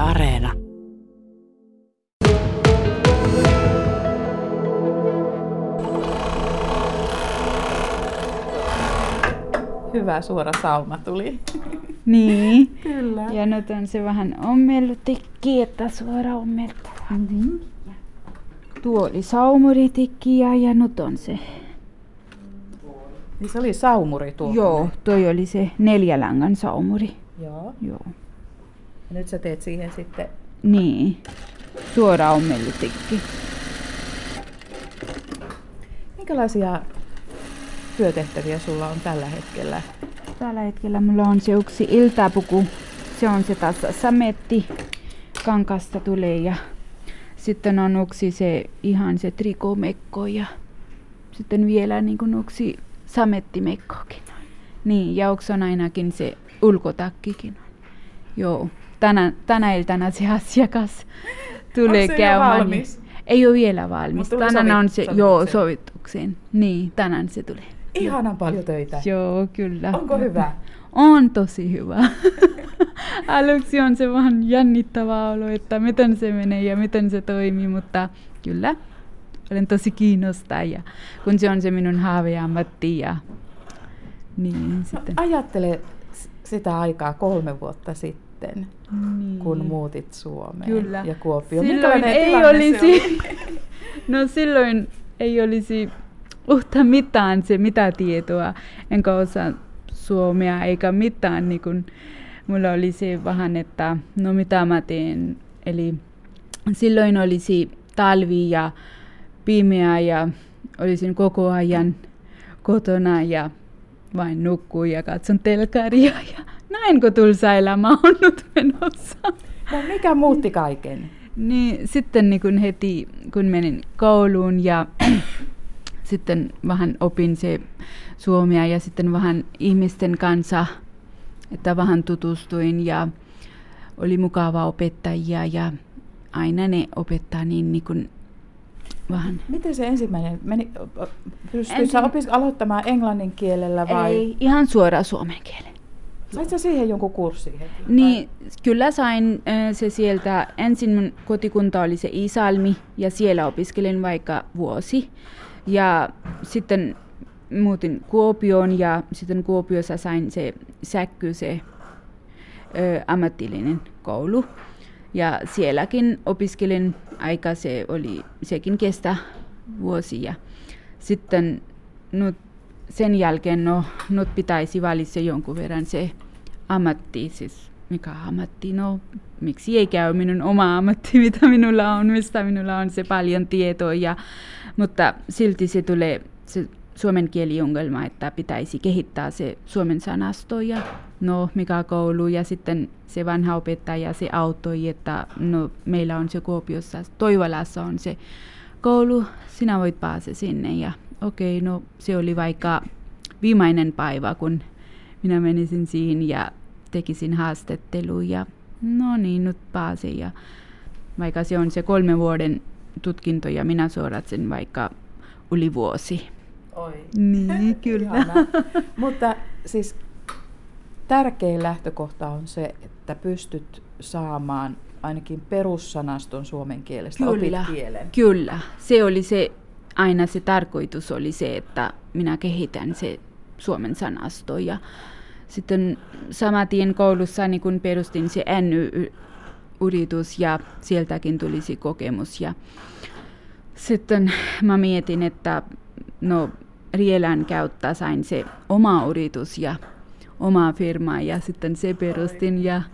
Areena. Hyvä suora sauma tuli. Niin. Kyllä. Ja nyt on se vähän ommellutekki, että suora ommeltava. Mm-hmm. Tuo oli saumuritekki ja nyt on se. Niin se oli saumuri tuo. Joo, toi oli se 4 langan saumuri. Joo. Joo. Ja nyt sä teet siihen sitten. Niin. Suora ommellutekki. Minkälaisia työtehtäviä sulla on tällä hetkellä? Tällä hetkellä mulla on se yksi iltapuku. Se on se taas sametti kankasta tulee ja sitten on yksi se ihan se trikomekko ja sitten vielä niin kuin yksi samettimekkokin. Niin, ja yksi on ainakin se ulkotakkikin. Joo, tänä iltana se asiakas tulee käymään. Valmis? Ei ole vielä valmis. Tänään on se sovitukseen. Niin, tänään se tulee. Ihanan paljon töitä. Joo, kyllä. Onko hyvä? On tosi hyvä. Aluksi on se vähän jännittävä olo, että miten se menee ja miten se toimii, mutta kyllä olen tosi kiinnostunut, ja kun se on se minun haaveammatti. Ja niin, sitten. Ajattele sitä aikaa 3 vuotta sitten, niin. Kun muutit Suomeen kyllä. Ja Kuopioon. Silloin ei olisi, no silloin ei olisi yhtä mitään mitä tietoa, enkä osaa suomea eikä mitään. Niin kun mulla oli se vähän, että no mitä mä teen. Eli silloin olisi talvi ja pimeä ja olisin koko ajan kotona ja vain nukkuu ja katson telkaria. Ja näinkö tulsa elämä on nyt menossa. No mikä muutti kaiken? Niin, sitten niin kun heti kun menin kouluun ja sitten vähän opin se suomea ja sitten vähän ihmisten kanssa, että vähän tutustuin ja oli mukava opettajia ja aina ne opettaa niin kuin vähän. Miten se ensimmäinen meni? Pystyit sä aloittamaan englannin kielellä vai? Ei, ihan suoraan suomen kielen. Sait sä siihen jonkun kurssin heti? Niin, kyllä sain se sieltä. Ensin mun kotikunta oli se Iisalmi ja siellä opiskelin vaikka vuosi. Ja sitten muutin Kuopioon ja sitten Kuopiossa sain se Säkky, se ammatillinen koulu. Ja sielläkin opiskelin aika, sekin kestää vuosi. Ja sitten sen jälkeen nyt pitäisi valita jonkun verran se ammatti, siis mikä ammatti, no miksi ei käy minun oma ammatti, mitä minulla on, mistä minulla on se paljon tietoa. Mutta silti se tulee se suomen kieliongelma, että pitäisi kehittää se suomen sanasto ja mikä koulu ja sitten se vanha opettaja se auttoi, että meillä on se Kuopiossa, Toivolassa on se koulu, sinä voit päästä sinne ja okei, se oli vaikka viimeinen päivä, kun minä menisin siihen ja tekisin haastattelun ja nyt pääsin ja vaikka se on se 3 vuoden tutkinto ja minä suoratsin vaikka yli vuosi. Oi. Niin, kyllä. Mutta siis tärkein lähtökohta on se, että pystyt saamaan ainakin perussanaston suomen kielestä, opit kielen. Kyllä, se oli se, aina se tarkoitus oli se, että minä kehitän se suomen sanasto ja sitten samatien koulussa niin kun perustin se NY-yritys ja sieltäkin tulisi kokemus ja sitten mä mietin, että Rielän kautta sain se oma yritys ja oma firma ja sitten se perustin ja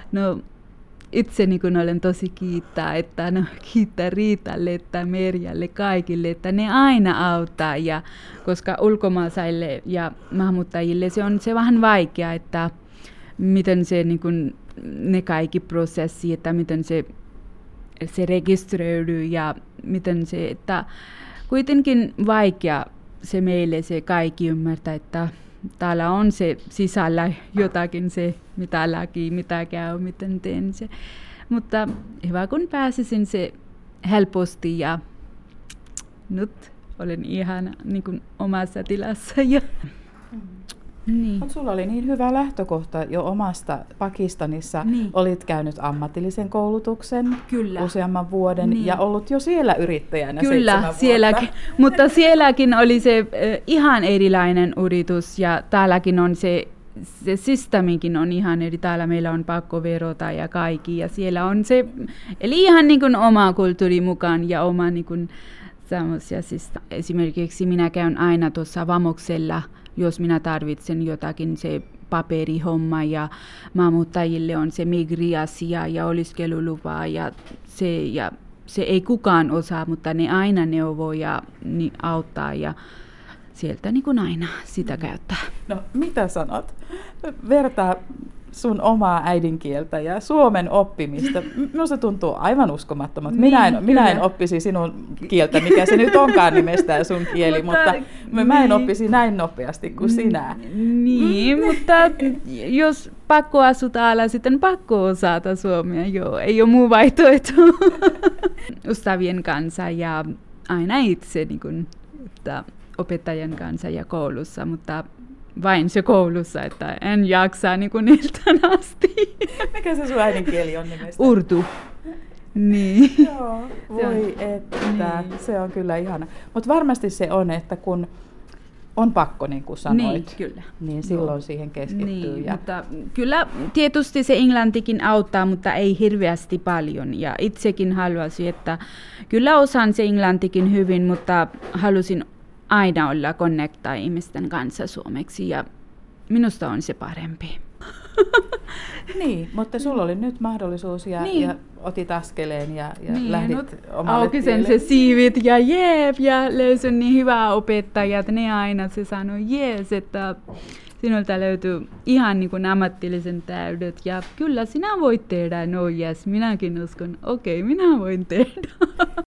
itse niin olen tosi kiittää Riitalle, että Merjalle, kaikille, että ne aina auttaa ja koska ulkomaalaisille ja maahanmuuttajille se on se vähän vaikea, että miten se niin kuin, ne kaikki prosessi, että miten se rekisteröidy ja miten se, että kuitenkin vaikea se meille se kaikki ymmärtää, että täällä on se sisällä jotakin se, mitä laki, mitä käy, miten teen se. Mutta hyvä kun pääsisin se helposti ja nyt olen ihan niin kuin omassa tilassa. Ja Niin. Mutta sulla oli niin hyvä lähtökohta jo omasta Pakistanissa. Niin. Olit käynyt ammatillisen koulutuksen Kyllä. useamman vuoden Niin. ja ollut jo siellä yrittäjänä Kyllä, 7 vuotta. sielläkin. Mutta sielläkin oli se ihan erilainen yritys ja täälläkin on se systeemikin on ihan eri. Täällä meillä on pakko verota ja kaikki ja siellä on se, eli ihan niin kuin oma kulttuuri mukaan ja oma niin kuin semmoisia, siis esimerkiksi minä käyn aina tuossa Vamoksella, jos minä tarvitsen jotakin se paperihomma ja maahanmuuttajille on se migriasia ja oleskelulupa ja se ei kukaan osaa, mutta ne aina neuvoo ja auttaa ja sieltä niin kuin aina sitä käyttää. No mitä sanot? Vertaa sun omaa äidinkieltä ja suomen oppimista. Minusta tuntuu aivan uskomattomalta. Minä en oppisi sinun kieltä, mikä se nyt onkaan nimestään sun kieli, mutta mä en oppisi näin nopeasti kuin sinä. Niin, mutta jos pakko asua täällä, sitten pakko osata suomea. Joo, ei ole muu vaihtoehto. Ystävien kanssa ja aina itse niin kuin, että opettajan kanssa ja koulussa, mutta vain se koulussa, että en jaksa niin kuin iltaan asti. Mikä se sun äidinkieli on nimestä? Urdu. Niin. Joo, voi että, niin. Se on kyllä ihana. Mutta varmasti se on, että kun on pakko, niin kuin sanoit, niin, kyllä. Niin silloin siihen keskittyy. Niin, ja mutta kyllä tietysti se englantikin auttaa, mutta ei hirveästi paljon. Ja itsekin haluaisin, että kyllä osaan se englantikin hyvin, mutta halusin aina olla connectaa ihmisten kanssa suomeksi ja minusta on se parempi. Niin, mutta sulla oli nyt mahdollisuus ja otit askeleen ja niin, lähdit omalle aukisen se siivit ja ja löysin niin hyvää opettajat, ne aina se sanoi jees, että sinulta löytyy ihan niin kuin ammatillisen täydet ja kyllä sinä voit tehdä, no yes, minäkin uskon, okei, minä voin tehdä.